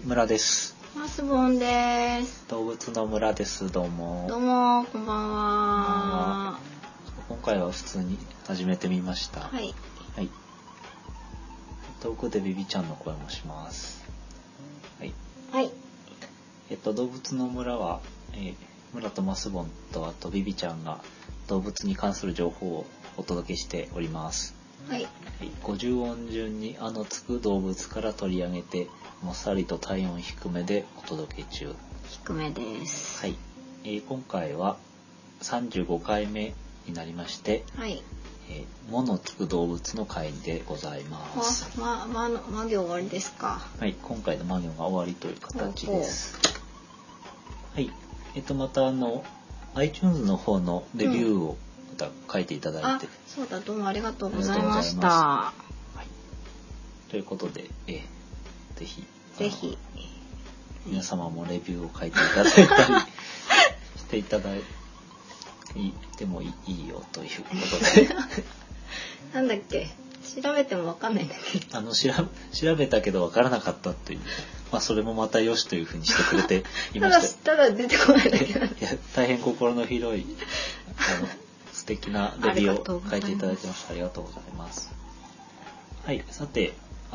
村です。 マスボンです。 動物の村です。どうも。 どうも、こんばんは。 今回は普通に始めてみました。 はい。 はい。奥でビビちゃんの声もします。はい。 はい。 動物の村は、村とマスボンとあとビビちゃんが動物に関する情報をお届けしております。 はい。 50音順にあのつく動物から取り上げてもっさりと体温低めでお届け中。 低めです。 はい。今回は35回目になりまして、 はい。 ものつく動物の回でございます。 魔行終わりですか。 はい。今回の魔行が終わりという形です。はい。またiTunes の方のレビューをまた書いていただいて、 そうだ、どうもありがとうございました。 はい。ということで、ぜひ皆様もレビューを書いていただいたりしていただいてもいいよということでなんだっけ、調べてもわかんないんだけど調べたけどわからなかったという、それもまたよしというふうにしてくれていました。 ただ出てこないだけなんで。 いや、大変心の広い素敵なレビューを書いていただいてました。ありがとうございます。はい。さて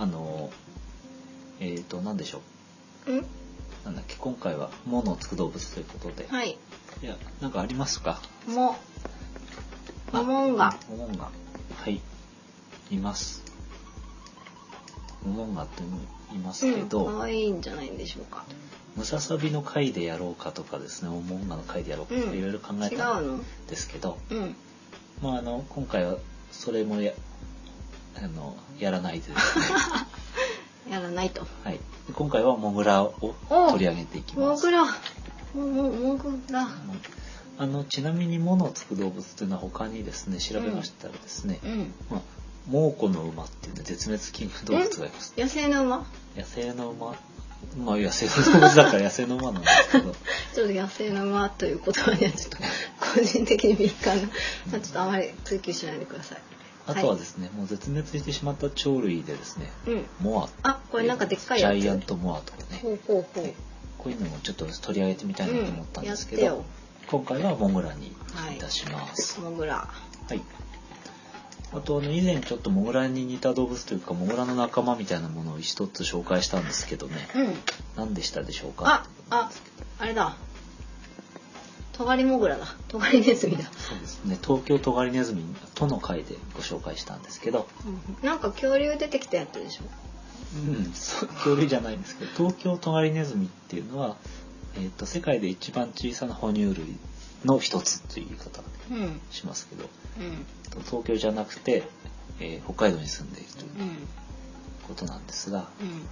何でしょう。なんだっけ、今回はものをつく動物ということで。 はい。 いや、なんかありますか。 モモンガ。 はい。います。モモンガっていますけど。 可愛いんじゃないんでしょうか。 ムササビの回でやろうかとかですね、モモンガの回でやろうかとかいろいろ考えたんですけど。今回はそれもやらないでですね。 やらないと。 はい。今回はモグラを取り上げていきます。 モグラ。 ちなみにものをつく動物というのは他にですね、調べましたらですね、猛虎の馬っていうね、絶滅危惧動物がいます。 野生の馬？ 野生の馬。野生の動物だから野生の馬なんですけど。 ちょっと野生の馬という言葉にはちょっと個人的に敏感な、ちょっとあまり追求しないでください。 あとはですね、もう絶滅してしまった鳥類でですね、モア。 これなんかでっかいやつ。 ジャイアントモアとかね。こういうのもちょっと取り上げてみたいなと思ったんですけど、今回はモグラにいたします。 モグラ。 はい。あと以前ちょっとモグラに似た動物というかモグラの仲間みたいなものを一つ紹介したんですけどね。何でしたでしょうか。 あれだ。トガリモグラだ。トガリネズミだ。 そうですね。東京トガリネズミとの回でご紹介したんですけど。 なんか恐竜出てきたやつでしょ。 恐竜じゃないんですけど、東京トガリネズミっていうのは、世界で一番小さな哺乳類の一つという言い方しますけど、東京じゃなくて、北海道に住んでいるということなんですが、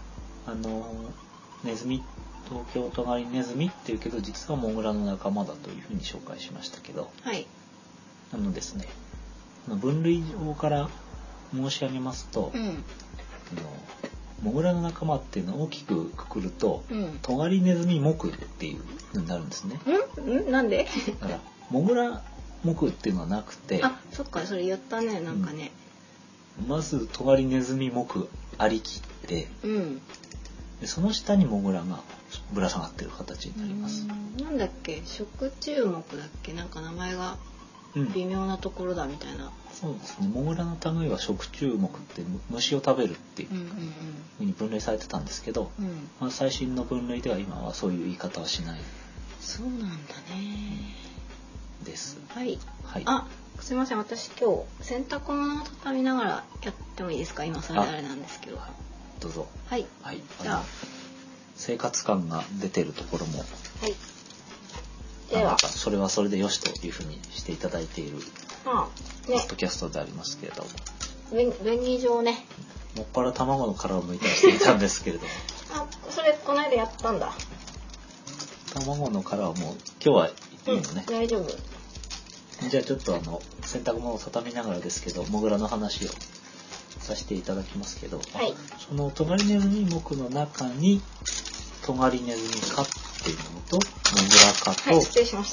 ネズミ、東京トガリネズミっていうけど実はモグラの仲間だというふうに紹介しましたけど、ですね、分類上から申し上げますと、モグラの仲間っていうのを大きくくくると、トガリネズミ目っていうのになるんですね。 なんで？ だからモグラ目っていうのはなくて、 そっか、それ言ったね、なんかね。 まずトガリネズミ目ありきって、でその下にモグラがぶら下がってる形になります。 なんだっけ、食虫目だっけ、なんか名前が微妙なところだみたいな。 そうですね。モグラの類は食虫目って虫を食べるっていうふうに分類されてたんですけど、最新の分類では今はそういう言い方はしない。 そうなんだね。 です。 はい。すいません、私今日洗濯物を畳みながらやってもいいですか？今それあれなんですけど。 どうぞ。 はい。じゃあ生活感が出てるところも。 ではそれはそれでよしというふうにしていただいているポッドキャストでありますけれども。 便宜上ね。 もっぱら卵の殻を剥いたりしていたんですけれども。 それこの間やったんだ。 卵の殻はもう今日はいいのね。 大丈夫。 じゃあちょっと洗濯物を畳みながらですけど、モグラの話をさせていただきますけど、そのトガリネズミ目の中にトガリネズミ科っていうのとモグラ科と、 失礼しました。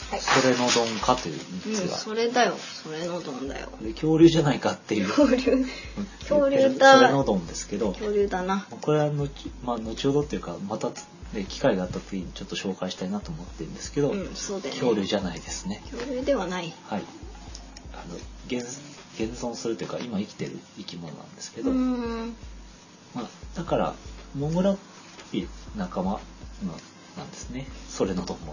それのどんかという3つが、 それだよ、それのどんだよ。 で恐竜じゃないかっていう恐竜だ。 それのどんですけど、 恐竜だな。 これは後ほどっていうかまた機会があった時にちょっと紹介したいなと思ってるんですけど、 そうだよね、 恐竜じゃないですね。 恐竜ではない。 はい。現存するというか今生きてる生き物なんですけど、だからモグラっぽい仲間なんですね。それのどんも。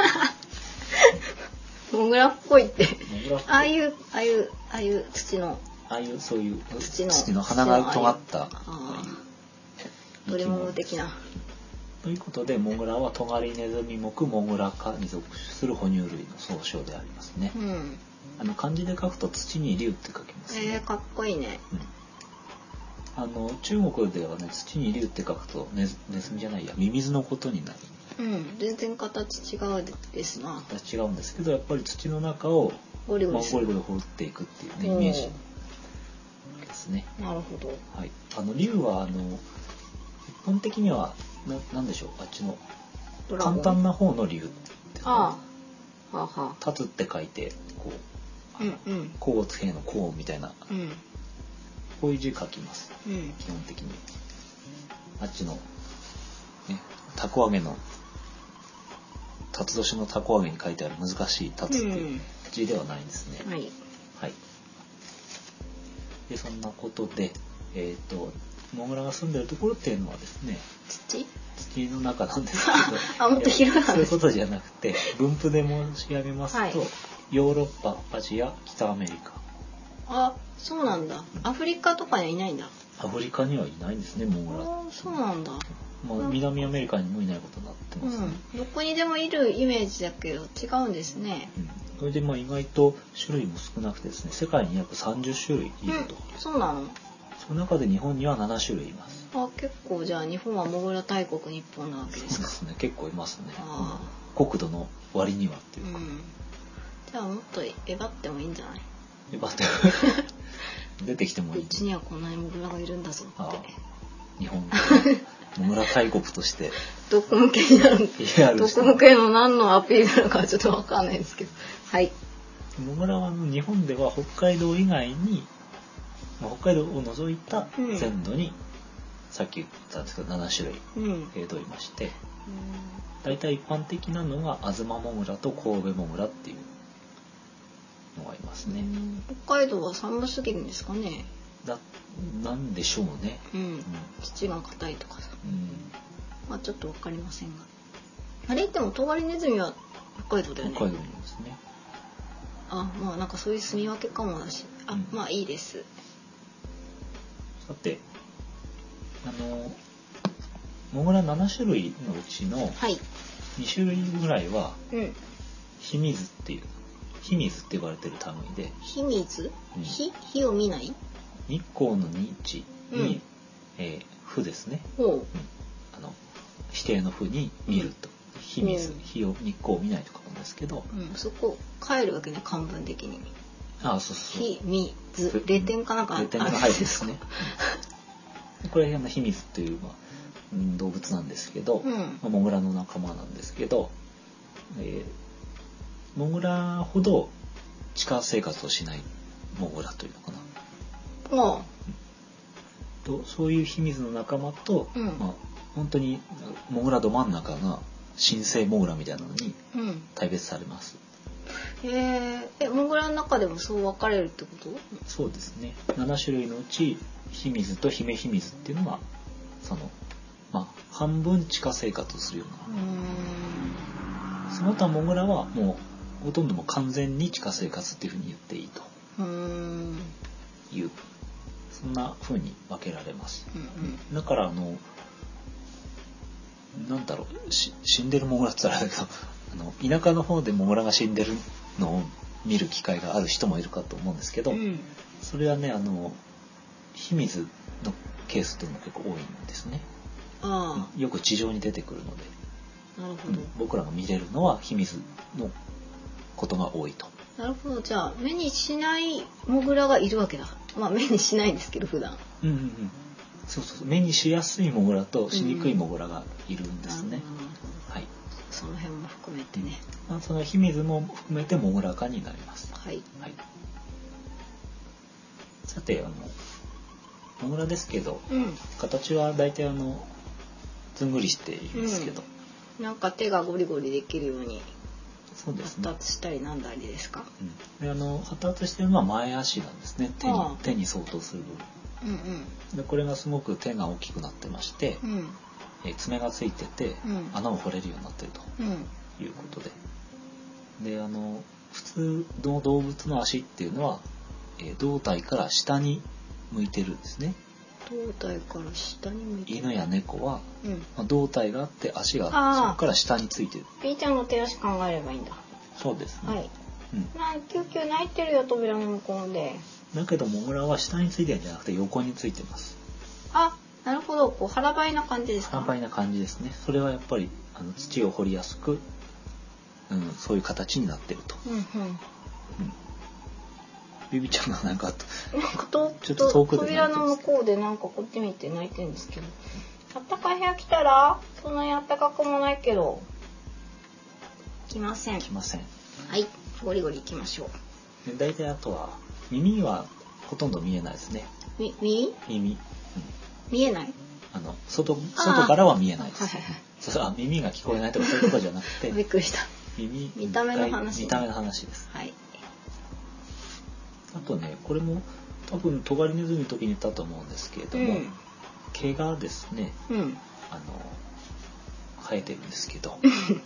モグラっぽいって。ああいう土の。 そういう土の鼻が尖った鳥モグ的な。 ということでモグラはトガリネズミ目モグラ科に属する哺乳類の総称でありますね。漢字で書くと土に竜って書きますね。 かっこいいね。 中国ではね、土に竜って書くとネズミじゃないや、ミミズのことになる。 全然形違うですな。 形違うんですけど、やっぱり土の中をゴリゴリ掘っていくっていうね、イメージですね。 なるほど。 はい。竜は一般的にはなんでしょう、あっちの簡単な方の竜って立つって書いてこう甲乙丙の甲みたいな、こういう字書きます、基本的に。あっちのね、たこ揚げの辰年のたこ揚げに書いてある難しい立つっていう字ではないんですね。はい。でそんなことでモグラが住んでるところっていうのはですね、土の中なんですけどもっと広い話。 そういうことじゃなくて分布で申し上げますと、ヨーロッパ、アジア、北アメリカ。 そうなんだ。アフリカとかにはいないんだ。 アフリカにはいないんですね、モグラ。 そうなんだ。 南アメリカにもいないことになってますね。 どこにでもいるイメージだけど違うんですね。 それで意外と種類も少なくてですね、世界に約30種類いると。 そうなの？ その中で日本には7種類います。 結構じゃあ日本はモグラ大国日本なわけですか？ そうですね、結構いますね。国土の割にはっていうか。 じゃあもっとえばってもいいんじゃない？ えばって出てきてもいい。 うちにはこんなにモグラがいるんだぞって。 日本モグラ大国としてどこ向けになるどこ向けの何のアピールなのかちょっと分かんないですけど。はい。 モグラは日本では北海道以外に北海道を除いた全土に、さっき言ったんですけど7種類程度いまして、大体一般的なのがアズマモグラと神戸モグラっていうのがいますね。 北海道は寒すぎるんですかね。 なんでしょうね。 土が硬いとかさ。ちょっとわかりませんが。あれでもトガリネズミは北海道だよね。 北海道にいますね。 なんかそういう住み分けかもだし。いいです。 さて、モグラ7種類のうちの2種類ぐらいは、ヒミズって呼ばれてる類で。 ヒミズ？火を見ない？ 日光の日に、負ですね。否定の負に見ると。日水、日を日光を見ないとかなんですけど。 そこ帰るわけね、漢文的に。 そうそう。 日水、霊点かなんか。 霊点が入るんですね。これヒミズという動物なんですけど、モグラの仲間なんですけど、モグラほど地下生活をしないモグラというのかな。そういうヒミズの仲間と、本当にモグラど真ん中が新生モグラみたいなのに大別されます。 モグラの中でもそう分かれるってこと？ そうですね。7種類のうちヒミズとヒメヒミズっていうのが半分地下生活をするような。その他モグラはもうほとんど完全に地下生活っていうふうに言っていいという、そんなふうに分けられます。だからなんだろう、死んでるモグラって言ったらあれだけど、田舎の方でモグラが死んでるのを見る機会がある人もいるかと思うんですけど、それはねヒミズのケースっていうのも結構多いんですね。よく地上に出てくるので。 なるほど。 僕らが見れるのはヒミズのことが多いと。 なるほど。じゃあ目にしないモグラがいるわけだ。目にしないんですけど普段。 そう。目にしやすいモグラとしにくいモグラがいるんですね。 その辺も含含めてね。 その秘密も含めてモグラ科になります。 はい。 はい、さてモグラですけど、形は大体ずんぐりしているんですけど、 なんか手がゴリゴリできるようにそうですね、 発達したりなんだりですか。 で発達してるのは前足なんですね。手に相当する部分。でこれがすごく手が大きくなってまして、爪がついてて、穴を掘れるようになってるということで、で普通の動物の足っていうのは、胴体から下に向いてるんですね。 胴体から下に向いてる。 犬や猫は、胴体があって足がそこから下についてる。 ピーちゃんの手足考えればいいんだ。 そうですね。はい。 キューキュー泣いてるよ、扉の向こうで。 だけどモグラは下についてるんじゃなくて横についてます。 あ、なるほど。こう腹ばいな感じですか。 腹ばいな感じですね。それはやっぱり土を掘りやすく、そういう形になってると。ビビちゃんがなんかちょっと遠くで扉の向こうでなんかこっち見て泣いてるんですけど、あったかい部屋来たらそんなにあったかくもないけど来ません。 来ません。 はい、ゴリゴリ行きましょう。で大体あとは耳はほとんど見えないですね。 耳、見えない？ 外からは見えないです。耳が聞こえないとかそういうことじゃなくて。 びっくりした。見た目の話。 見た目の話です。 はい。 あとね、これも多分トガリネズミの時に言ったと思うんですけれども、毛がですね、生えてるんですけど、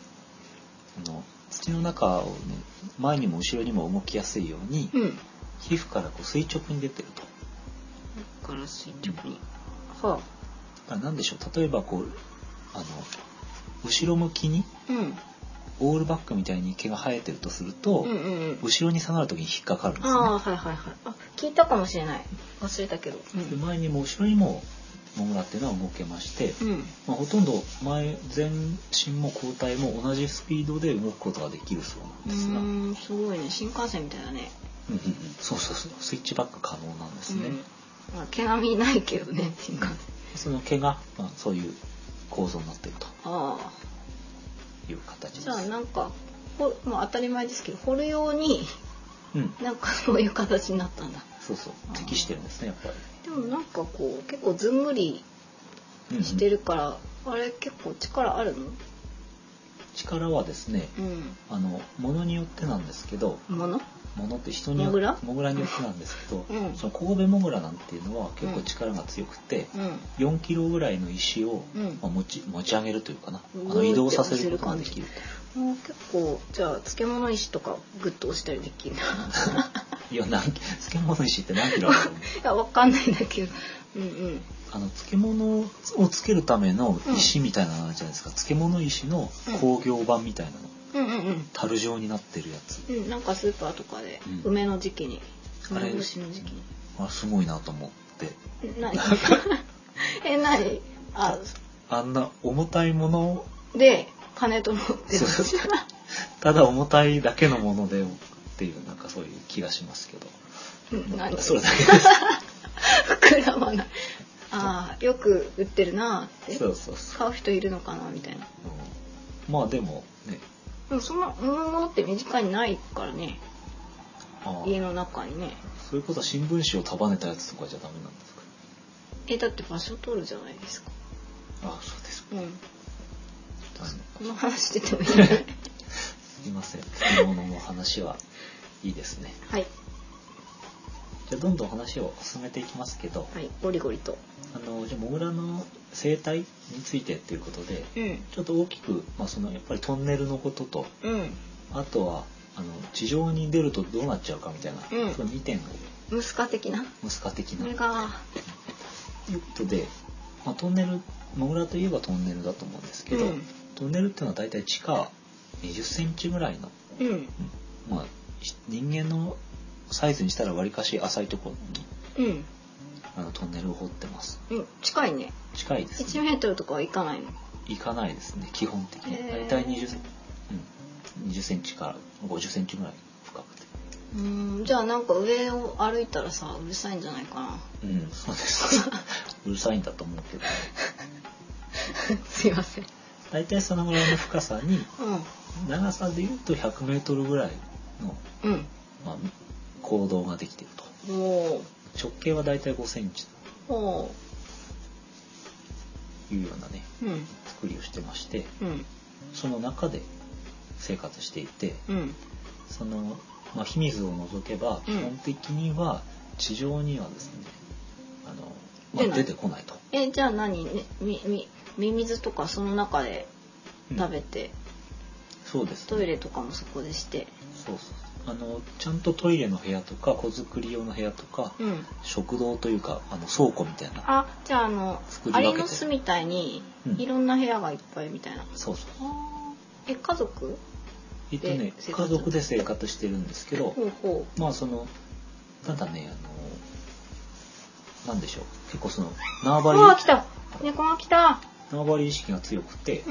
土の中をね、前にも後ろにも動きやすいように、皮膚からこう垂直に出てると。 から垂直に。 なんでしょう、例えばこう後ろ向きに、オールバックみたいに毛が生えてるとすると、後ろに下がるときに引っかかるんですね。 聞いたかもしれない。忘れたけど。 前にも後ろにもモグラっていうのは動けまして、ほとんど前身も後体も同じスピードで動くことができるそうなんですが。 すごいね、新幹線みたいだね。 そう、スイッチバック可能なんですね。 毛並みないけどね、新幹線。 その毛が、そういう構造になっているという形です。 じゃあなんかもう当たり前ですけど掘るように、なんかそういう形になったんだ。 そう適してるんですね、やっぱり。でもなんかこう結構ずんぐりしてるから、あれ結構力あるの？ 力はですね、ものによってなんですけど、ものって人によってモグラによってなんですけど、その神戸モグラなんていうのは結構力が強くて、4キロぐらいの石を、持ち上げるというかな、移動させることができると。 結構じゃあ漬物石とかグッと押したりできるな。 いや漬物石って何キロあるの？ いやわかんないんだけど。 漬物をつけるための石みたいなのあるじゃないですか。漬物石の工業版みたいなの。樽状になってるやつ。 なんかスーパーとかで梅の時期に、梅干しの時期に。 すごいなと思って。 何？何？ あんな重たいもので金と思ってる。 ただ重たいだけのものでっていうなんかそういう気がしますけど。それだけです。 膨らまない。よく売ってるなって。買う人いるのかなみたいな。 でもね。 そんなものって身近にないからね。家の中にね。 それこそ新聞紙を束ねたやつとかじゃダメなんですか？ だって場所取るじゃないですか。 そうですか。 この話しててもいい？ すいません。漬物の話はいいですね。 はい。 じゃあどんどん話を進めていきますけど、 ゴリゴリとじゃあモグラの生態についてっていうことで、ちょっと大きく、やっぱりトンネルのことと、あとは地上に出るとどうなっちゃうかみたいな、その2点をムスカ的なそれがいうことで、トンネル、モグラといえばトンネルだと思うんですけど、トンネルっていうのはだいたい地下20センチぐらいの、人間のサイズにしたらわりかし浅いところに、トンネルを掘ってます。 近いね。 近いですね。 1メートルとかはいかないの？ いかないですね、基本的に。だいたい20センチから50センチぐらい深くて。 じゃあなんか上を歩いたらさ、うるさいんじゃないかな。 そうです。うるさいんだと思うけど。 すいません。 大体そのぐらいの深さに、長さでいうと100メートルぐらいの、まあ、坑道ができていると。直径は大体5センチというようなね、作りをしてまして、その中で生活していて、その、まあ、秘密を除けば基本的には地上にはですね、まあ、出てこないと。 じゃあ何、ミミズとかその中で食べて、 そうですね、 トイレとかもそこでして。 そうちゃんとトイレの部屋とか子作り用の部屋とか、食堂というか倉庫みたいな。 じゃあアリの巣みたいにいろんな部屋がいっぱいみたいな。 そうそう。 家族？ 家族で生活してるんですけど、まあただねなんでしょう、結構その縄張り。 来た。猫が来た。 縄張り意識が強くて、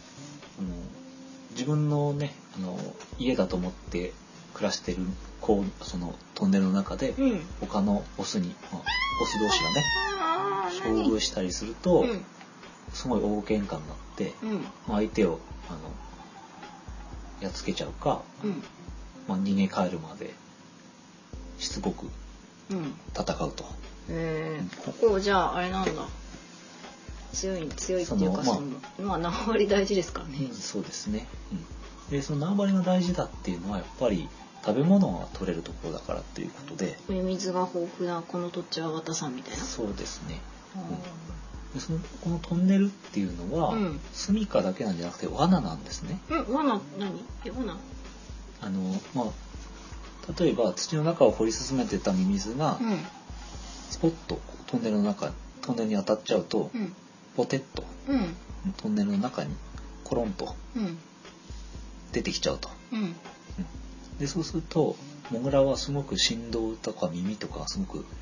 自分のね家だと思って暮らしてるそのトンネルの中で、他のオスに、オス同士がね遭遇したりすると、すごい大喧嘩になって、相手をやっつけちゃうか、まあ、逃げ帰るまでしつこく戦うと。 ここじゃああれなんだ。強いっていうかまあ縄張り大事ですからね。 そうですね。でその縄張りが大事だっていうのはやっぱり食べ物が取れるところだからということで。 水が豊富なこの土地は渡さんみたいな。 そうですね。でこのトンネルっていうのは、住処だけなんじゃなくて罠なんですね。 罠何？罠？ まあ例えば土の中を掘り進めてたミミズが、スポッとトンネルに当たっちゃうと、ポテッと、トンネルの中にコロンと出てきちゃうと。でそうするとモグラはすごく振動とか耳とかがすごく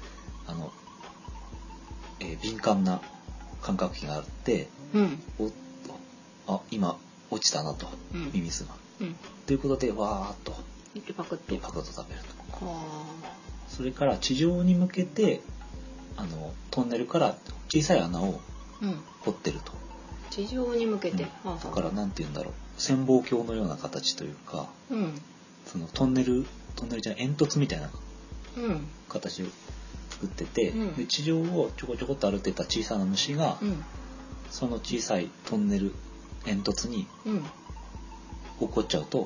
敏感な感覚器があって、おっと今落ちたなと、ミミズが。ということでわーっとパクッと食べると。それから地上に向けてトンネルから小さい穴を掘ってると。 地上に向けて。 だからなんて言うんだろう、潜望鏡のような形というか、そのトンネルじゃ煙突みたいな形を作ってて、で地上をちょこちょこっと歩いてた小さな虫が、その小さいトンネル煙突に落っこっちゃうと、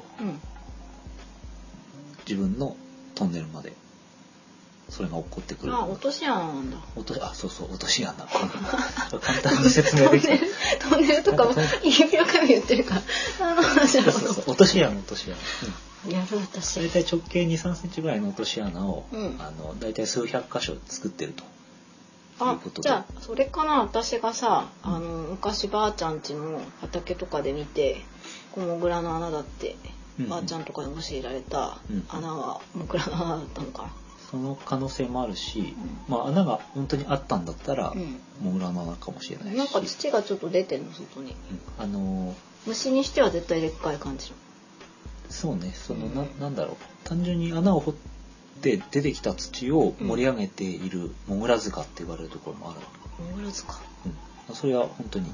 自分のトンネルまでそれが落っこってくる。 落とし穴なんだ。 そうそう、落とし穴。簡単に説明できる。 トンネルとかも1秒間言ってるから。 そう落とし穴。 やる私。 大体直径2、3センチぐらいの落とし穴を、大体数百箇所作ってると。いうことで。 じゃあそれかな、私がさ、昔ばあちゃん家の畑とかで見て、モグラの穴だって、ばあちゃんとかに教えられた穴はモグラの穴だったのかな。 その可能性もあるし、まあ穴が本当にあったんだったら、モグラの穴かもしれないし。 なんか土がちょっと出てるの外に。虫にしては絶対でっかい感じの。 そうね、なんだろう、単純に穴を掘って出てきた土を盛り上げているモグラ塚って言われるところもある。 モグラ塚。 それは本当に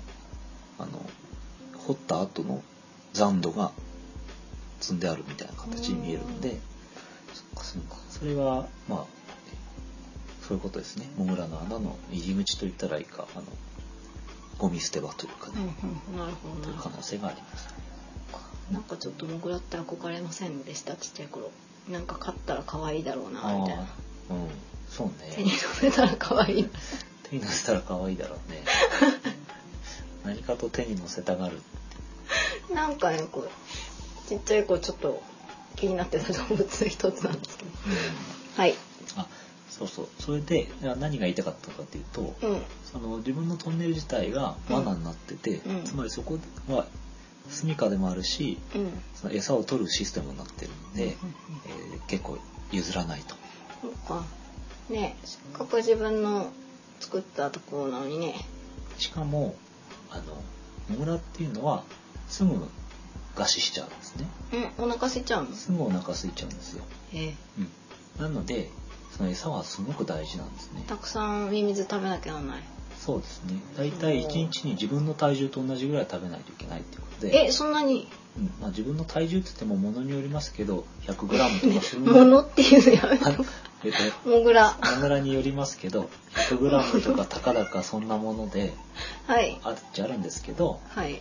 掘った後の残土が積んであるみたいな形に見えるので、それはまあそういうことですね。モグラの穴の入り口といったらいいか、ゴミ捨て場というかね、 なるほど、 という可能性があります。 なんかちょっとモグラって憧れませんでした、ちっちゃい頃。なんか飼ったら可愛いだろうなみたいな。 そうね。 手に乗せたら可愛い。 手に乗せたら可愛いだろうね。何かと手に乗せたがる。 なんかね、ちっちゃい子ちょっと気になってた動物の一つなんですけど。はい。 そうそう。それで何が言いたかったかというと、その自分のトンネル自体が罠になってて、つまりそこは住処でもあるし、その餌を取るシステムになってるんで、結構譲らないと。 そうか。ね、せっかく自分の作ったところなのにね。 しかもモグラっていうのはすぐ餓死しちゃうんですね。 お腹空いちゃうの？ すぐお腹空いちゃうんですよ。なのでその餌はすごく大事なんですね。 たくさんミミズ食べなきゃならない。 そうですね。だいたい1日に自分の体重と同じぐらい食べないといけないっていうことで。 そんなに？ まあ、自分の体重って言っても物によりますけど 100g とかする物っていうのやめてモグラによりますけど 100g とかたかだかそんなものであるんですけど、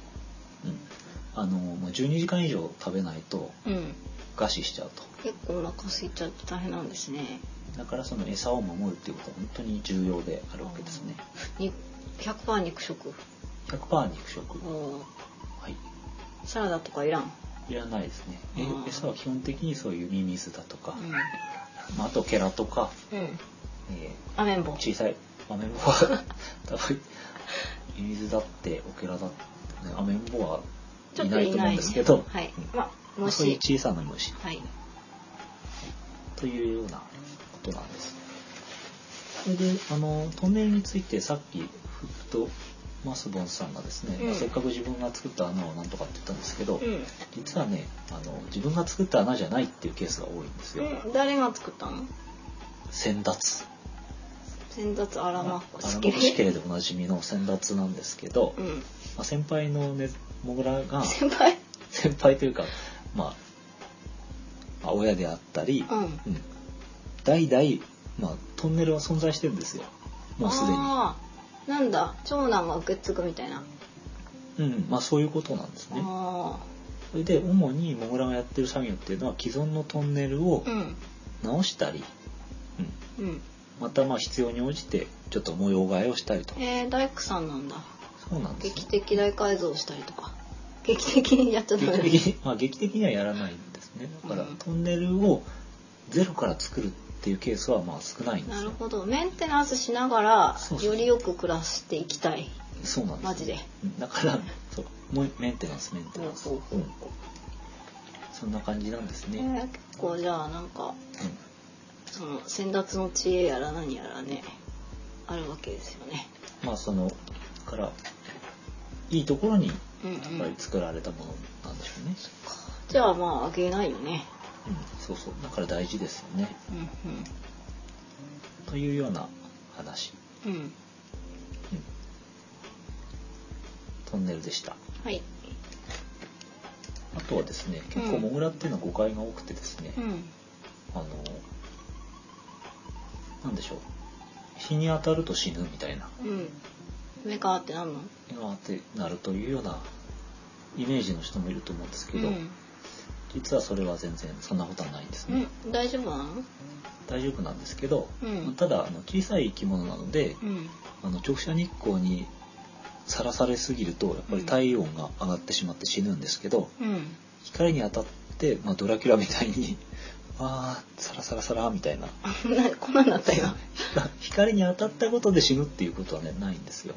もう12時間以上食べないと餓死しちゃうと、 結構お腹空いちゃって大変なんですね。 だからその餌を守るっていうことは本当に重要であるわけですね。 100% 肉食。 100% 肉食。はい。 サラダとかいらないですね。餌は基本的にそういうミミズだとか、あとケラとか、 アメンボ。 小さいアメンボはミミズだってオケラだって、アメンボはいないと思うんですけど、そういう小さな虫、というようなことなんです。それでトンネルについてさっきふっとマスボンさんがですね、せっかく自分が作った穴をなんとかって言ったんですけど、実はね自分が作った穴じゃないっていうケースが多いんですよ。 誰が作ったの？ 先達荒間しけれでおなじみの先達なんですけど、先輩のねモグラが先輩というか親であったり、代々トンネルは存在してるんですよ、もうすでに。 なんだ、長男が受け継ぐみたいな。 そういうことなんですね。それで主にモグラがやってる作業っていうのは既存のトンネルを直したり、また必要に応じてちょっと模様替えをしたりと。 大工さんなんだ。 そうなんです、ね。 劇的大改造したりとか。劇的にやっちゃったね。 劇的にはやらないんですね。だからトンネルをゼロから作るっていうケースは少ないんですよ。 なるほど。メンテナンスしながらよりよく暮らしていきたい。 そうなんです。 マジで。 だからメンテナンス。そんな感じなんですね。 結構じゃあその先達の知恵やら何やらねあるわけですよね。 からいいところにやっぱり作られたものなんでしょうね。 じゃああげないよね。 そうだから大事ですよね。というような話。トンネルでした。あとはですね、結構モグラっていうのは誤解が多くてですね、なんでしょう、日に当たると死ぬみたいな、 目がってなんの？ 目がってなるというようなイメージの人もいると思うんですけど、実はそれは全然そんなことはないんですね。 大丈夫なの？ 大丈夫なんですけど、ただ小さい生き物なので、直射日光にさらされすぎるとやっぱり体温が上がってしまって死ぬんですけど、光に当たって、ドラキュラみたいにサラサラサラみたいなこんなんなったよ。 光に当たったことで死ぬっていうことはねないんですよ。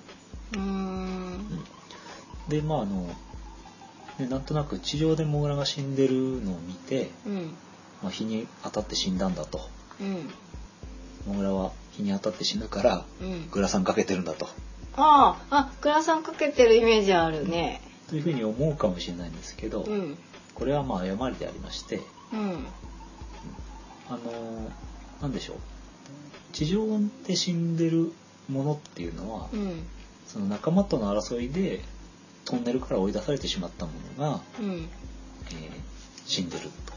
でなんとなく地上でモグラが死んでるのを見て、日に当たって死んだんだと、モグラは日に当たって死ぬから、グラサンかけてるんだと。 グラサンかけてるイメージあるね。 というふうに思うかもしれないんですけど、これは誤りでありまして、なんでしょう、地上で死んでるものっていうのは、その仲間との争いでトンネルから追い出されてしまったものが、死んでると。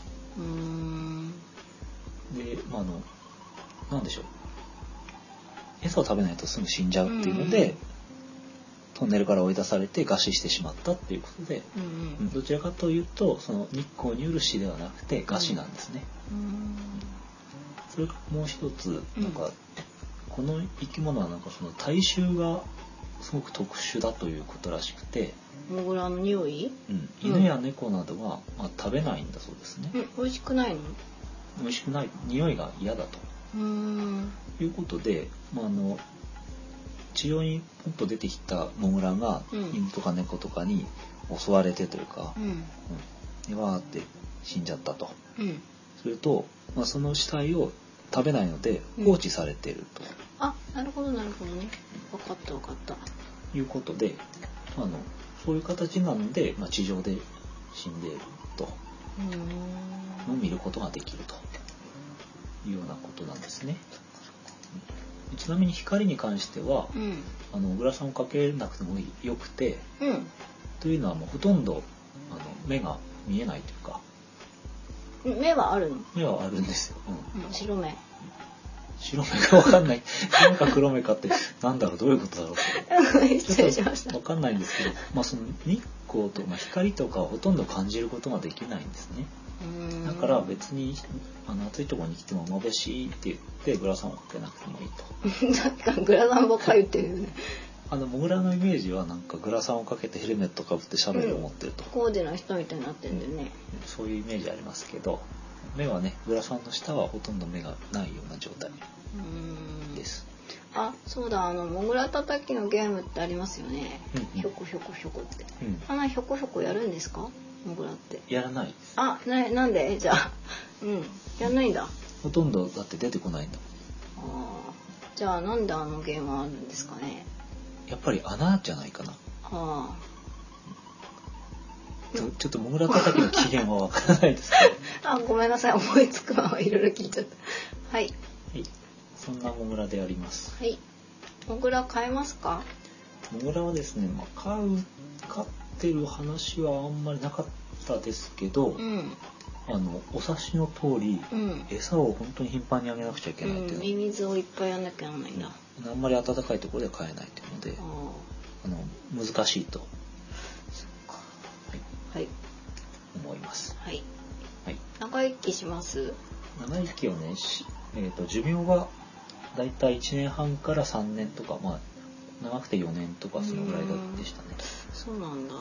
でなんでしょう、餌を食べないとすぐ死んじゃうっていうので、トンネルから追い出されて餓死してしまったっていうことで、どちらかというとその日光による死ではなくて餓死なんですね。それからもう一つこの生き物はその体臭がすごく特殊だということらしくて、 モグラの匂い？ 犬や猫などは食べないんだそうですね。 美味しくないの？ 美味しくない、匂いが嫌だということで、地上にポンと出てきたモグラが犬とか猫とかに襲われてというか、わーって死んじゃったと、すると、その死体を食べないので放置されていると、 なるほどね、分かったいうことで、そういう形なので、地上で死んでいると見ることができるというようなことなんですね。 ちなみに光に関しては、グラサンをかけなくてもよくて、というのはもうほとんど目が見えないというか。 目はあるの？ 目はあるんですよ。 白目。 白目かわかんない。白目か黒目かってなんだろう、どういうことだろう。 失礼しました。 わかんないんですけど、その日光とか光とかをほとんど感じることができないんですね。だから別に暑いところに来ても眩しいって言ってグラサンをかけなくてもいいと。 さっきからグラサンばっかり言ってるよね。 モグラのイメージはなんかグラサンをかけてヘルメットかぶってシャベルを持ってると。 コーデな人みたいになってるんだよね。 そういうイメージありますけど、目はね、グラサンの下はほとんど目がないような状態です。 そうだ、モグラ叩きのゲームってありますよね。ひょこひょこひょこって。ひょこひょこやるんですか？モグラって。 やらないです。 なんで？じゃあ、やんないんだ。 ほとんどだって出てこないんだもん。じゃあなんでゲームあるんですかね。 やっぱり穴じゃないかな。ちょっとモグラ叩きの起源はわからないですけど。ごめんなさい、思いつくままいろいろ聞いちゃった。はい。 そんなモグラであります。 はい。モグラ飼えますか？ モグラはですね、飼ってる話はあんまりなかったですけど、お察しの通り、餌を本当に頻繁にあげなくちゃいけないっていう。 ミミズをいっぱいやんなきゃならないんだ。 あんまり暖かいところでは飼えないというので、難しいと。 はい。 思います。 はい。長生きします？ 長生きはね、寿命はだいたい1年半から3年とか、長くて4年とかそのぐらいでしたね。 そうなんだ。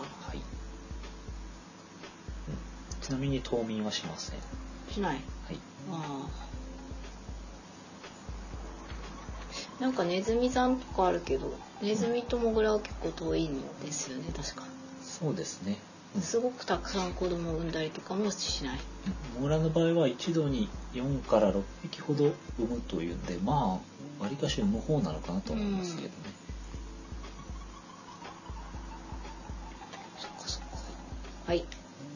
ちなみに冬眠はしません。 しない。なんかネズミさんとかあるけど、ネズミとモグラは結構遠いんですよね、確か。 そうですね。 すごくたくさん子供を産んだりとかもしない。 モグラの場合は一度に4から6匹ほど産むというんで、わりかし産む方なのかなと思いますけどね。そっか。 はい。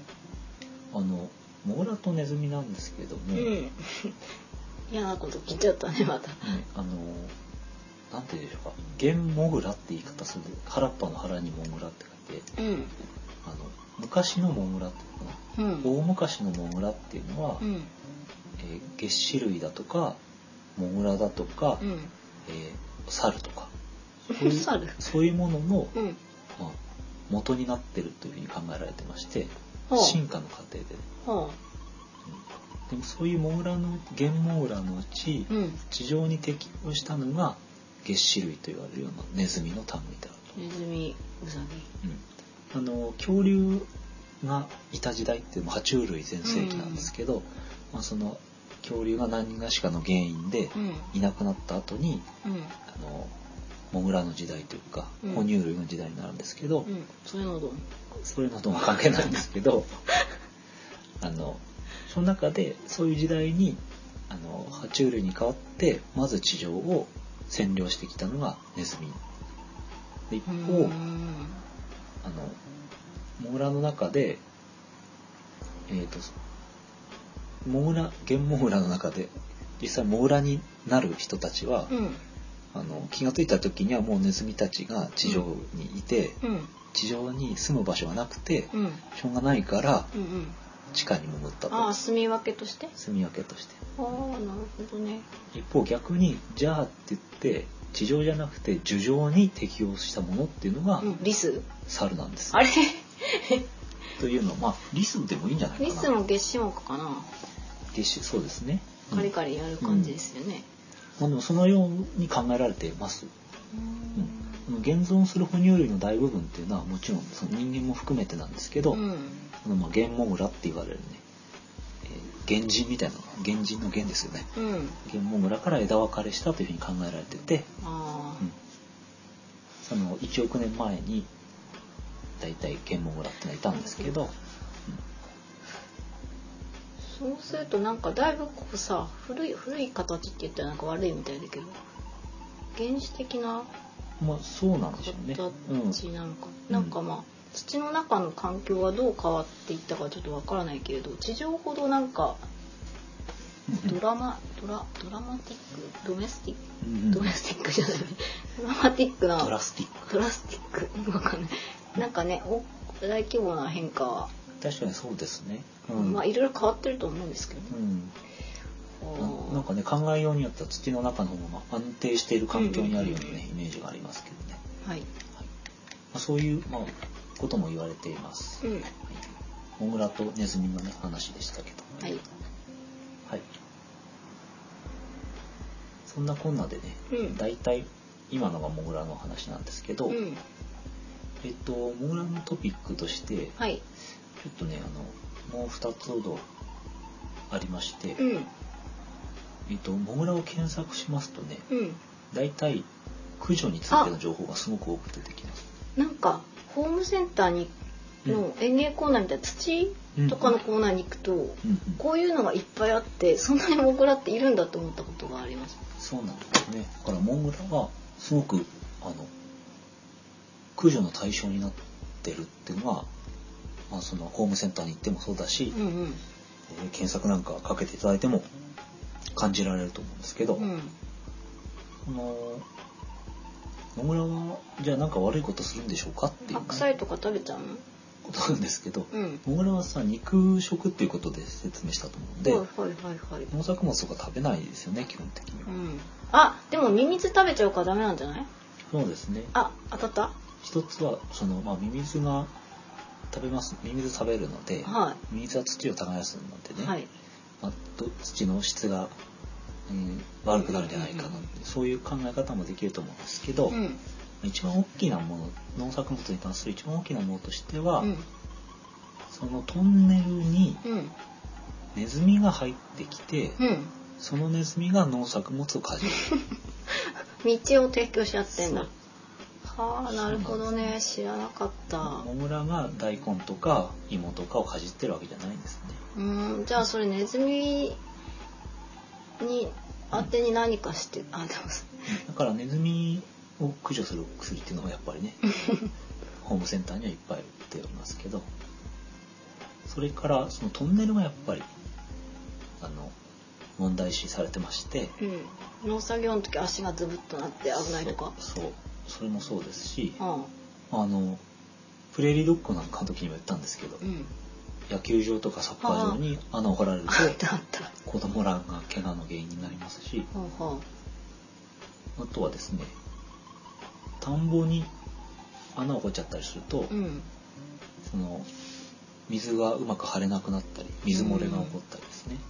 モグラとネズミなんですけども、 嫌なこと聞いちゃったね、また。 なんて言うんでしょうか、ゲンモグラって言い方する。原っぱの原にモグラって書いて、昔のモグラっていうのかな、大昔のモグラっていうのは、げっ歯類だとかモグラだとか、猿とかそういうものの、元になってるというふうに考えられてまして、進化の過程で、でもそういうゲンモグラのうち、地上に適応したのがげっ歯類と言われるようなネズミの類であると。 ネズミ、ウサギ。 恐竜がいた時代って爬虫類全盛期なんですけど、その恐竜が何がしかの原因でいなくなった後に、モグラの時代というか、哺乳類の時代になるんですけど、 そういうのとは関係ないんですけどその中でそういう時代に爬虫類に代わってまず地上を占領してきたのがネズミで、一方モグラの中でゲンモグラの中で実際モグラになる人たちは、気がついた時にはもうネズミたちが地上にいて、地上に住む場所がなくて、しょうがないから地下に潜ったと。 住み分けとして。 なるほどね。 一方逆にじゃあって言って地上じゃなくて樹上に適応したものっていうのが、 リス、 猿なんです。 あれというのはリスでもいいんじゃないかな。 リスも月歯目かな。 そうですね。 カリカリやる感じですよね。 でもそのように考えられています。現存する哺乳類の大部分っていうのはもちろんその人間も含めてなんですけど、ゲンモグラって言われるね、原人みたいな、原人の原ですよね。ゲンモグラから枝分かれしたというふうに考えられてて、その1億年前にだいたいゲンモグラってのはいたんですけど、 そうするとなんかだいぶこうさ、古い形って言ったらなんか悪いみたいだけど、原始的なそうなんでしょうね。 形なんか土の中の環境がどう変わっていったかちょっとわからないけれど、地上ほどなんかドラマティックドメスティック、ドメスティックじゃないドラマティックなドラスティックわかんないなんかね大規模な変化は確かにそうですね、 まあいろいろ変わってると思うんですけどね、 なんかね考えようによっては土の中の方が安定している環境にあるようなね、イメージがありますけどね、 はい、 そういう、ことも言われています、モグラとネズミの、ね、話でしたけど、はい、そんなこんなでね、だいたい今のがモグラの話なんですけど、モグラのトピックとして、ちょっとねもう2つほどありまして、モグラを検索しますとね、だいたい駆除についての情報がすごく多く出てきます。 なんかホームセンターの園芸コーナーみたいな土とかのコーナーに行くと、こういうのがいっぱいあってそんなにモグラっているんだと思ったことがあります。 そうなんですね。だからモグラはすごく駆除の対象になってるっていうのは、そのホームセンターに行ってもそうだし、検索なんかかけていただいても感じられると思うんですけど、モグラはじゃあなんか悪いことするんでしょうかっていう、 白菜とか食べちゃうのことなんですけど、モグラはさ肉食っていうことで説明したと思うんで、農作物とか食べないですよね基本的には、でもミミズ食べちゃうからダメなんじゃない？ そうですね。 当たった？ 一つはミミズが食べます。ミミズ食べるので、ミミズは土を耕すのでね、土の質が悪くなるんじゃないかなって、そういう考え方もできると思うんですけど、一番大きなもの、農作物に関する一番大きなものとしては、そのトンネルにネズミが入ってきて、そのネズミが農作物をかじる道を提供しちゃってんだ。なるほどね、知らなかった。 モグラが大根とか芋とかをかじってるわけじゃないんですね。 じゃあそれネズミに当てに何かしてだからネズミを駆除する薬っていうのがやっぱりねホームセンターにはいっぱい売っておりますけど、それからそのトンネルがやっぱり問題視されてまして、 農作業の時足がズブッとなって危ないとか、 それもそうですし、プレーリードッグなんかの時にも言ったんですけど、野球場とかサッカー場に穴を掘られると子供らが怪我の原因になりますし、あとはですね、田んぼに穴を掘っちゃったりすると、その水がうまく張れなくなったり水漏れが起こったりですね、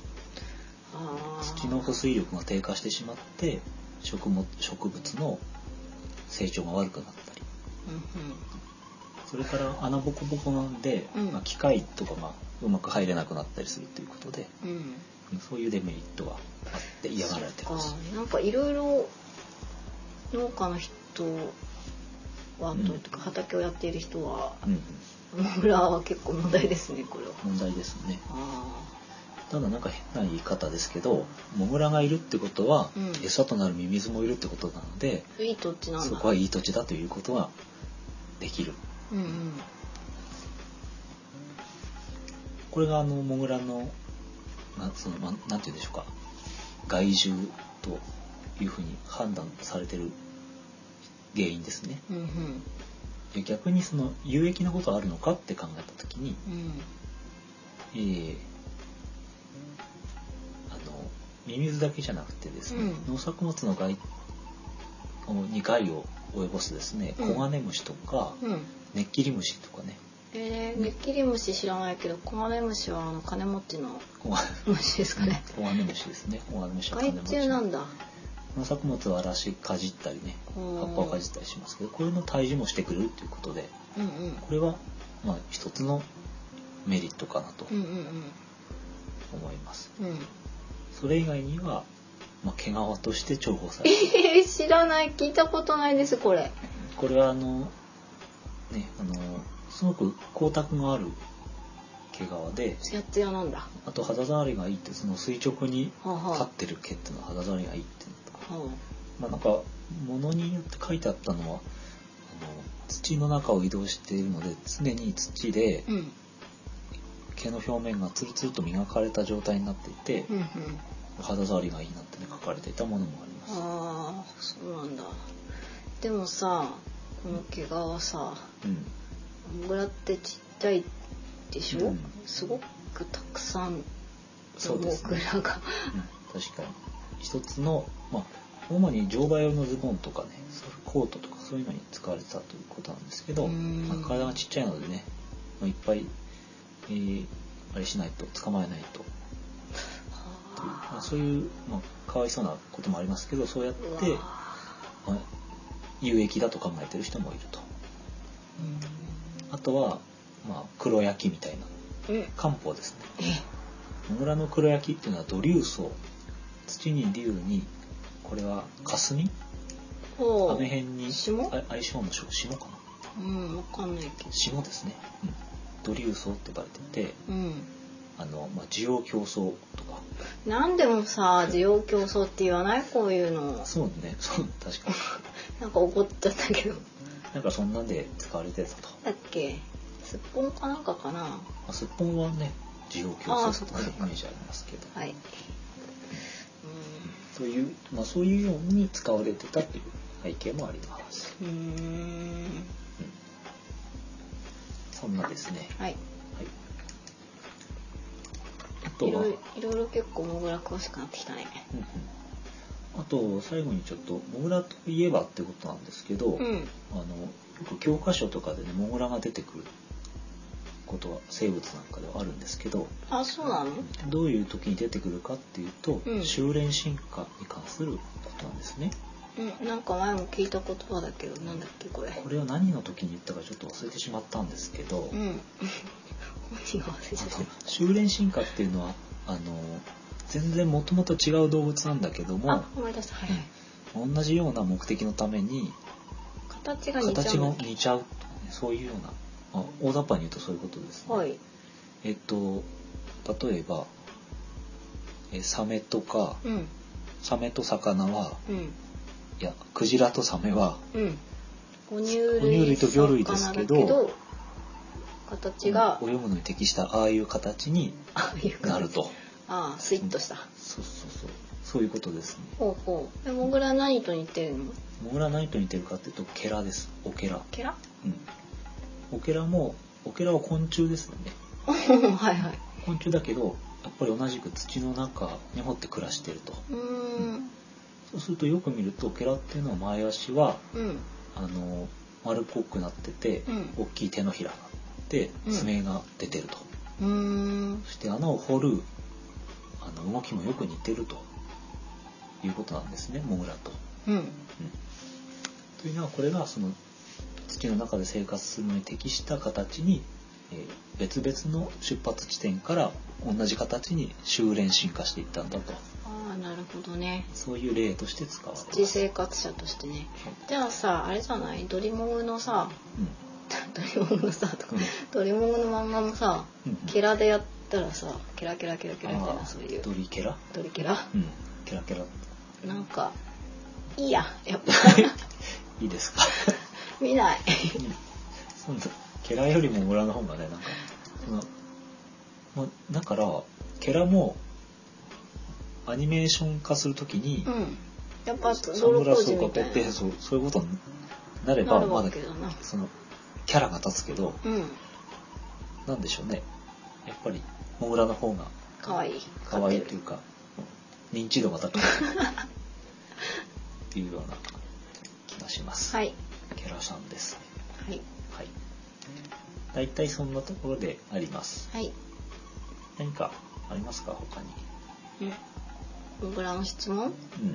土の保水力が低下してしまって植物の成長が悪くなったり、それから穴ボコボコなんで、機械とかがうまく入れなくなったりするということで、そういうデメリットがあって嫌がられてます。 なんかいろいろ農家の人は、畑をやっている人は、モグラは結構問題ですね。これは問題ですね。ただなんか変な言い方ですけど、モグラがいるってことは、餌となるミミズもいるってことなので、 いい土地なんだ。 そこはいい土地だということができる。これがモグラのなんて言うんでしょうか、害獣というふうに判断されている原因ですね。逆にその有益なことはあるのかって考えたときに、ミミズだけじゃなくてですね、農作物のに害を及ぼすですね、コガネムシとか、ネッキリムシとかね。 ネッキリムシ知らないけど、コガネムシは金持ちの虫ですかね。 コガネムシですね。コガネムシは害虫なんだ。 農作物は嵐かじったりね、葉っぱをかじったりしますけど、これの退治もしてくれるということで、これは一つのメリットかなと思います。それ以外には、毛皮として重宝される。 知らない、聞いたことないですこれ。 これはすごく光沢がある毛皮で、 ツヤツヤなんだ。 あと肌触りがいいって、その垂直に立ってる毛っていうのは肌触りがいいっていうのと、なんか物によって書いてあったのは、土の中を移動しているので常に土で毛の表面がツルツルと磨かれた状態になっていて、 うんうん、 肌触りがいいなってね書かれていたものもあります。 ああ、そうなんだ。でもさ、この毛皮さ、モグラってちっちゃいでしょ、すごくたくさんのモグラが、 確かに一つの、主に乗馬用のズボンとかね、コートとかそういうのに使われてたということなんですけど、体がちっちゃいのでね、いっぱい、あれしないと捕まえないと、そういう、かわいそうなこともありますけど、そうやって、有益だと考えてる人もいると。あとは、黒焼きみたいな漢方ですね。モグラの黒焼きっていうのは土竜層、土に竜に、これは霞、あの辺に相性の霜かな。 わかんないけど。 霜ですね。土竜層って呼ばれてて、需要競争とか。 なんでもさ、需要競争って言わない？こういうの。 そうね、確かに。 なんか怒っちゃったけど。 なんかそんなんで使われてたと。 だっけ？すっぽんかなんかかな。 すっぽんはね、需要競争とかイメージありますけど。 はい。 そういうように使われてたという背景もあります。そんなですね。 はい。 あとは、 いろいろ結構モグラ詳しくなってきたね。 あと最後にちょっとモグラといえばってことなんですけど、よく教科書とかでねモグラが出てくることは生物なんかではあるんですけど、 あ、そうなの？ どういう時に出てくるかっていうと、修練進化に関することなんですね。 なんか前も聞いた言葉だけど、なんだっけこれ。 これは何の時に言ったかちょっと忘れてしまったんですけど、修練進化っていうのは全然もともと違う動物なんだけども、 思い出した。 同じような目的のために形が似ちゃう、 そういうような、大雑把に言うとそういうことですね。例えばサメとか、サメと魚は、いやクジラとサメは、 哺乳類と魚類ですけど、形が泳ぐのに適したああいう形になると。 スイッとした。 そういうことですね。 モグラ何と似てるの？ モグラ何と似てるかっていうとケラです。オケラ。オケラは昆虫ですよね。昆虫だけどやっぱり同じく土の中に掘って暮らしていると。そうするとよく見るとケラっていうのは前足は、丸っこくなってて、大きい手のひらがあって爪が出てると。そして穴を掘る動きもよく似てるということなんですね、モグラと。というのはこれがその土の中で生活するのに適した形に、別々の出発地点から同じ形に修練進化していったんだと。 なるほどね。 そういう例として使われます。 土生活者としてね。じゃあさ、あれじゃない？ドリモグのさ、ドリモグのさとか、ドリモグの漫画もさ、ケラでやったらさ、ケラケラケラケラみたいな、そういう。 ドリケラ？ ドリケラ？ ケラケラ。 なんかいいや、やっぱいいですか？ 見ない。 ケラよりもモグラの方がね、だからケラもアニメーション化するときに、 やっぱサングラスをかけてそういうことになればまだそのキャラが立つけど、なんでしょうね。やっぱりモグラの方が可愛いというか認知度が高いっていうような気がします。ケラさんですね。だいたいそんなところであります。何かありますか他に？ モグラの質問？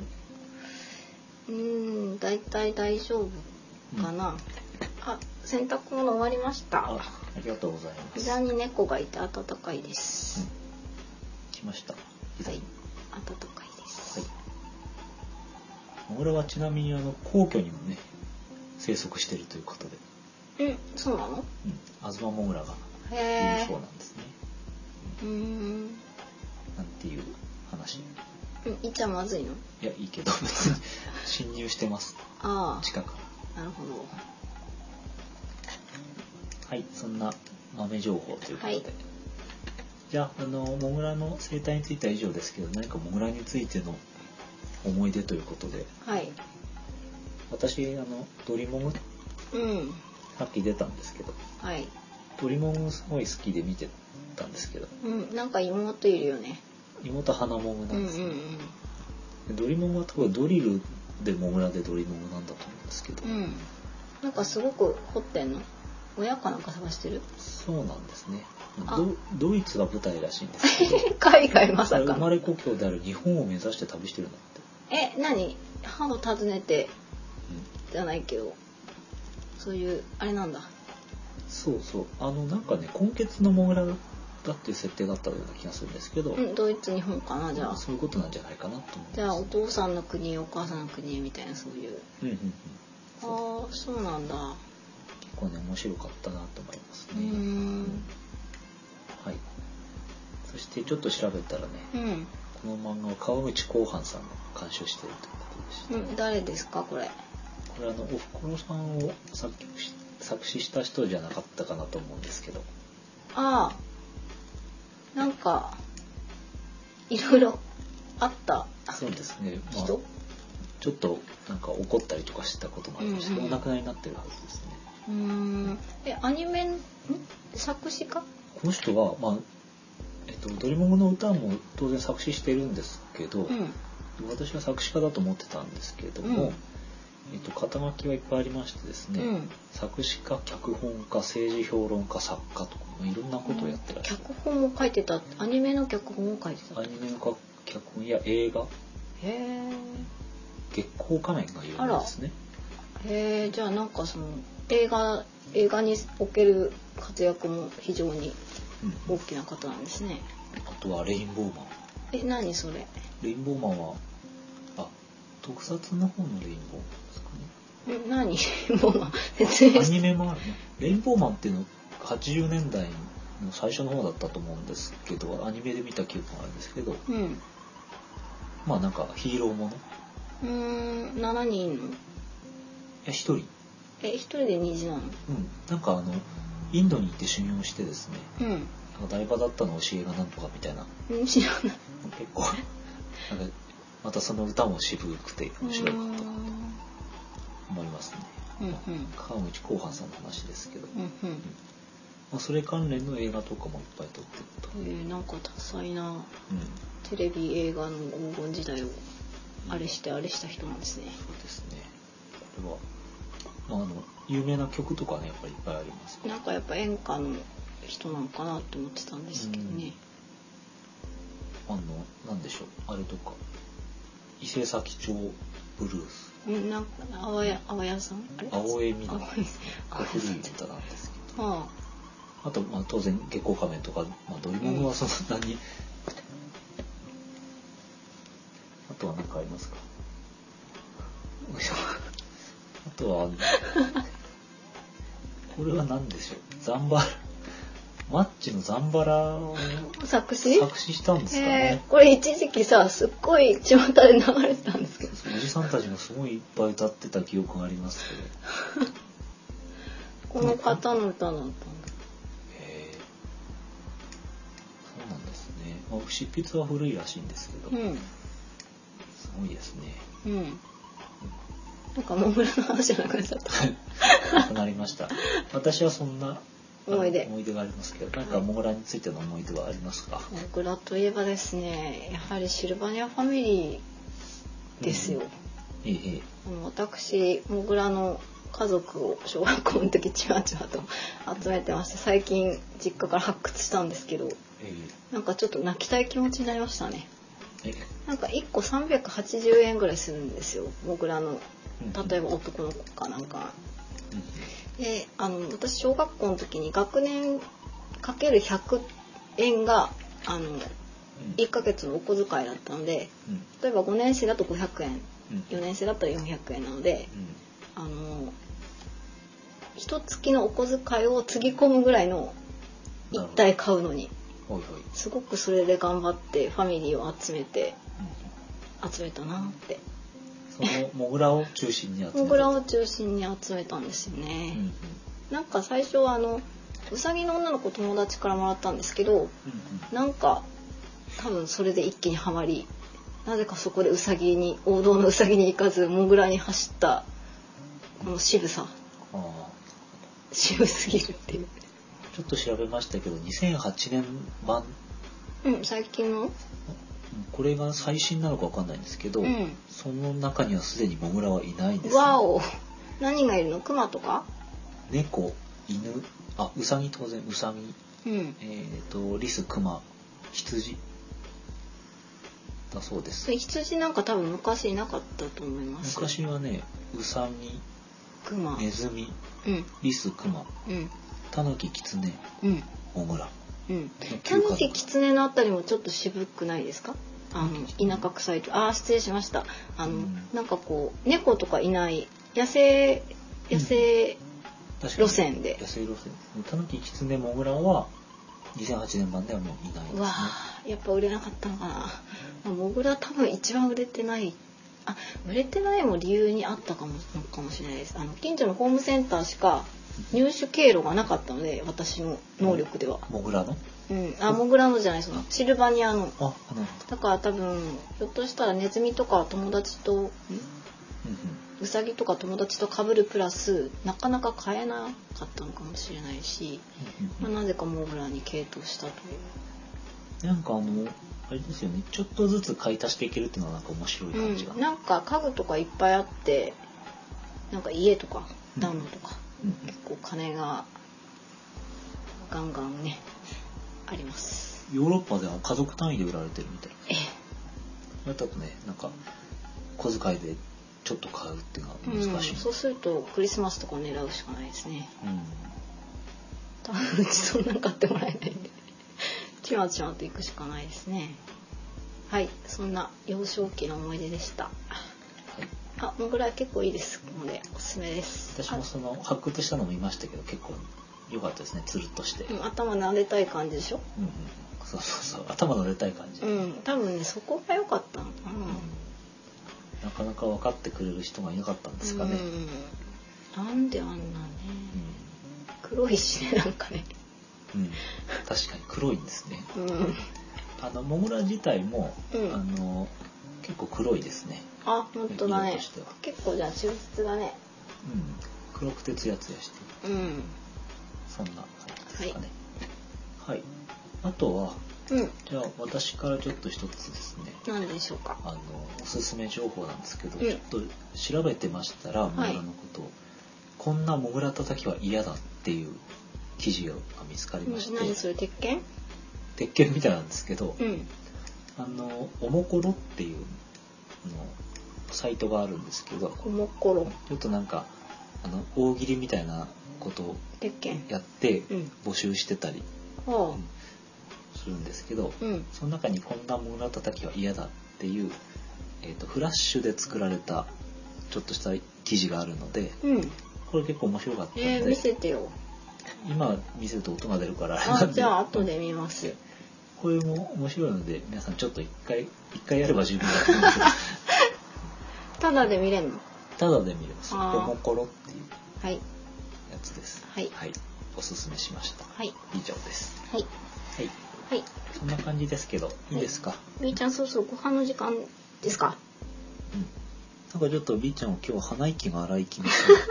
だいたい大丈夫かな。洗濯物終わりました。 ありがとうございます。 膝に猫がいて暖かいです。 来ました。 暖かいです。 モグラはちなみに皇居にもね生息しているということで。 そうなの？ アズマモグラがいるそうなんですね。なんていう話。 いっちゃまずいの？ いやいいけど別に侵入してます。地下から。 なるほど。 はい、そんな豆情報ということで、 じゃあモグラの生態については以上ですけど、何かモグラについての思い出ということで。 はい。 私ドリモグ、さっき出たんですけど、 はい。 ドリモグすごい好きで見てたんですけど、 なんか妹いるよね。 妹花モグなんですね。ドリモグは多分ドリルでモグラでドリモグなんだと思うんですけど、 なんかすごく掘ってんの？親かなんか探してる？ そうなんですね。ドイツが舞台らしいんですけど海外まさか生まれ故郷である日本を目指して旅してるんだって。何？歯を訪ねて、じゃないけど、そういうあれなんだ。 そうなんかね、今月のモグラだっていう設定だったような気がするんですけど、 ドイツ日本かな、じゃあ。 そういうことなんじゃないかなと思います。 じゃあお父さんの国お母さんの国みたいな、そういう。ああ、そうなんだ。 結構ね、面白かったなと思いますね。はい。そしてちょっと調べたらね、この漫画は川口浩範さんが監修しているということでした。 誰ですかこれ？ これおふくろさんを作詞した人じゃなかったかなと思うんですけど。 ああ、なんかいろいろあった。 そうですね。 人？ ちょっとなんか怒ったりとかしたこともありまして、お亡くなりになってるはずですね。 アニメ作詞家？ この人はドリモグの歌も当然作詞してるんですけど、私は作詞家だと思ってたんですけれども、肩書きはいっぱいありましてですね、作詞家、脚本家、政治評論家、作家とかいろんなことをやってらっしゃる。 脚本も書いてた。アニメの脚本を書いてた。 アニメの脚本や映画。月光仮面が有名ですね。 じゃあなんかその映画における活躍も非常に大きな方なんですね。 あとはレインボーマン。 何それ？ レインボーマンは特撮の方のレインボーマンですかね。 何？もう説明して。 アニメもあるね。レインボーマンっていうの80年代の最初の方だったと思うんですけど、アニメで見た記憶があるんですけど、なんかヒーローもの。 7人いんの？ 1人。 1人で虹なの？ なんかインドに行って修行してですね、台場だったの教えがなんとかみたいな。 知らない。 結構なんかまたその歌も渋くて面白いと思いますね。川口浩範さんの話ですけど、それ関連の映画とかもいっぱい撮ってると。 なんか多彩な、テレビ映画の黄金時代をあれした人なんですね。 そうですね。これは有名な曲とかね、やっぱりいっぱいあります。 なんかやっぱ演歌の人なのかなと思ってたんですけどね。 なんでしょう、あれとか伊勢崎町ブルース。 なんか青谷さん？ 青江美奈古い歌なんですけど。あと当然月光仮面とか、ドリモグはそんなに。あとは何かありますか？あとはこれは何でしょう、ザンバラ、マッチのザンバラを作詞したんですかね。 これ一時期さ、すっごい巷で流れてたんですけど、 おじさんたちもすごいいっぱい歌ってた記憶がありますけどこの方の歌だったんだ。そうなんですね。執筆は古いらしいんですけど、すごいですね。 なんかモグラの話じゃなくなっちゃったなくなりました。私はそんな思い出がありますけど、なんかモグラについての思い出はありますか？ モグラといえばですね、やはりシルバニアファミリーですよ。私モグラの家族を小学校の時ちまちまと集めてまして、最近実家から発掘したんですけど、なんかちょっと泣きたい気持ちになりましたね。なんか1個380円ぐらいするんですよ、モグラの。例えば男の子かなんか。で、私小学校の時に学年かける100円が1ヶ月のお小遣いだったので、例えば5年生だと500円、4年生だったら400円なので、一月のお小遣いをつぎ込むぐらいの一体買うのに、すごくそれで頑張ってファミリーを集めたなって。 そのモグラを中心に集めた。 モグラを中心に集めたんですよね。なんか最初はうさぎの女の子友達からもらったんですけど、なんか多分それで一気にはまり、なぜかそこで王道のうさぎに行かずモグラに走ったこの渋さ、渋すぎるっていう。 ちょっと調べましたけど2008年版、 最近のこれが最新なのかわかんないんですけど、その中にはすでにモグラはいないんです、ね。 わお、何がいるの？クマとか？ 猫、犬、ウサギ、当然ウサギ、リス、クマ、羊だそうです。 羊なんか多分昔いなかったと思います。 昔はね、ウサギ、 クマ、 ネズミ、リス、クマ、タヌキ、キツネ、モグラ。 タヌキ、キツネのあたりもちょっと渋くないですか？田舎臭いと。失礼しました。なんかこう猫とかいない野生路線で。 野生路線。タヌキ、キツネ、モグラは2008年版ではもういないですね。 うわー、やっぱ売れなかったのかな。モグラ多分一番売れてない。売れてないも理由にあったかもしれないです。近所のホームセンターしか入手経路がなかったので、私の能力では。 モグラの？ モグラのじゃない、そのシルバニアの。だから多分ひょっとしたらネズミとか友達とウサギとか友達と被るプラスなかなか買えなかったのかもしれないし、なぜかモグラに傾倒したという。 なんかあれですよね、ちょっとずつ買い足していけるっていうのはなんか面白い感じが。 なんか家具とかいっぱいあって、なんか家とか暖炉とか、結構金がガンガンねあります。 ヨーロッパでは家族単位で売られてるみたいです。だとね、なんか小遣いでちょっと買うっていうのは難しい。 そうするとクリスマスとかを狙うしかないですね。多分うちそんな買ってもらえないんでちまちまと行くしかないですね。はい、そんな幼少期の思い出でした。モグラ結構いいですのでおすすめです。 私もその発掘したのも見ましたけど結構良かったですね、つるっとして。 頭撫でたい感じでしょ。 そう頭撫でたい感じ。 多分ねそこが良かったのかな。なかなか分かってくれる人がいなかったんですかね。 なんであんなね、黒いしね、なんかね。 確かに黒いんですね。モグラ自体も、結構黒いですね。 本当だね。結構じゃあ抽出だね。 黒くてツヤツヤしてる。そんな感じですかね。はい。あとは、じゃあ私からちょっと一つですね。 何でしょうか。 おすすめ情報なんですけど、ちょっと調べてましたらモグラのことを、こんなモグラ叩きは嫌だっていう記事が見つかりまして。 何それ、鉄拳みたいなんですけど、おもころっていうサイトがあるんですけど、 おもころちょっとなんか大喜利みたいなことをやって募集してたりするんですけど、その中にこんなモグラ叩きは嫌だっていう、フラッシュで作られたちょっとした記事があるので、これ結構面白かったので、 見せてよ。 今見せると音が出るからじゃあ後で見ます。 これも面白いので皆さんちょっと一回やれば十分だと思うんですけどただで見れるの？ ただで見れます。おもころっていうやつです。 はい、 おすすめしました。以上です。はい、そんな感じですけど、いいですか。 B ちゃん、そうそうご飯の時間ですか。 なんかちょっと B ちゃんは今日鼻息が荒い気がする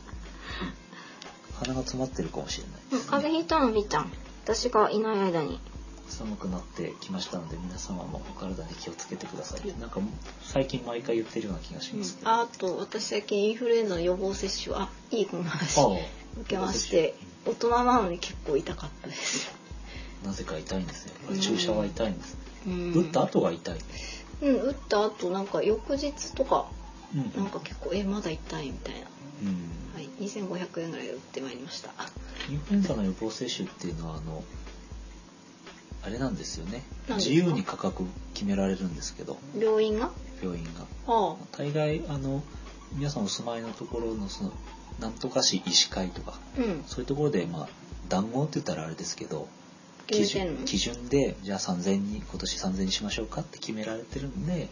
鼻が詰まってるかもしれないですね。 風邪ひいたの B ちゃん。私がいない間に。 寒くなってきましたので皆様もお体に気をつけてください。なんか最近毎回言ってるような気がしますけど。 あと私最近インフルエンザの予防接種いいこの話受けまして、大人なのに結構痛かったです。 なぜか痛いんですね。注射は痛いんですね。打った後が痛い。 打った後なんか翌日とか、なんか結構まだ痛いみたいな。2500円ぐらいで売ってまいりました。 インフルエンザの予防接種っていうのはあれなんですよね。自由に価格決められるんですけど。 病院が。 大概皆さんお住まいのところのそのなんとか市医師会とか、そういうところで談合って言ったらあれですけど、基準でじゃあ今年3000にしましょうかって決められてるんで、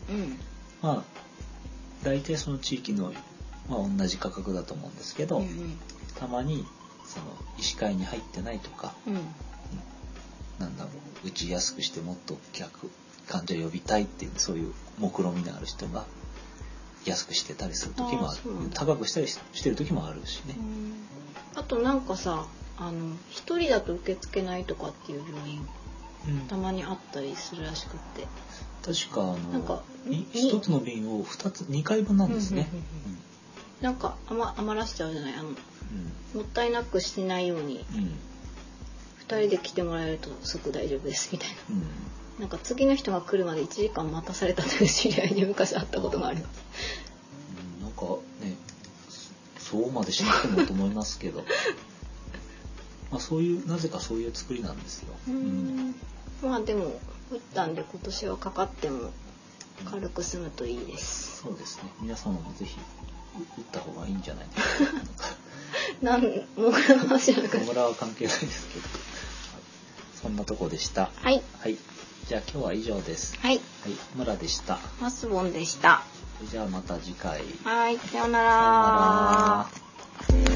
大体その地域の同じ価格だと思うんですけど、たまにその医師会に入ってないとか、なんだろう、打ちやすくしてもっと患者呼びたいっていうそういう目論みのある人が安くしてたりする時もある。高くしたりしてる時もあるしね。 あとなんかさ、一人だと受け付けないとかっていう病院、たまにあったりするらしくって。 確か一つの瓶を2回分なんですね。 なんか余らしちゃうじゃない、もったいなくしないように、2人で来てもらえると即大丈夫ですみたいな。なんか次の人が来るまで1時間待たされたという知り合いに昔あったことがあります。 なんかね、そうまでしなくてもと思いますけど、まあなぜかそういう作りなんですよ。 まあでも打ったんで今年はかかっても軽く済むといいです。 そうですね。皆様もぜひ打った方がいいんじゃないですか。モグラの話なんか。 モグラは関係ないですけど、そんなとこでした。 はい。 はい。じゃあ今日は以上です。 はい。 はい。村でした。 マスボンでした。 じゃあまた次回。 はい。さようなら。 さようなら。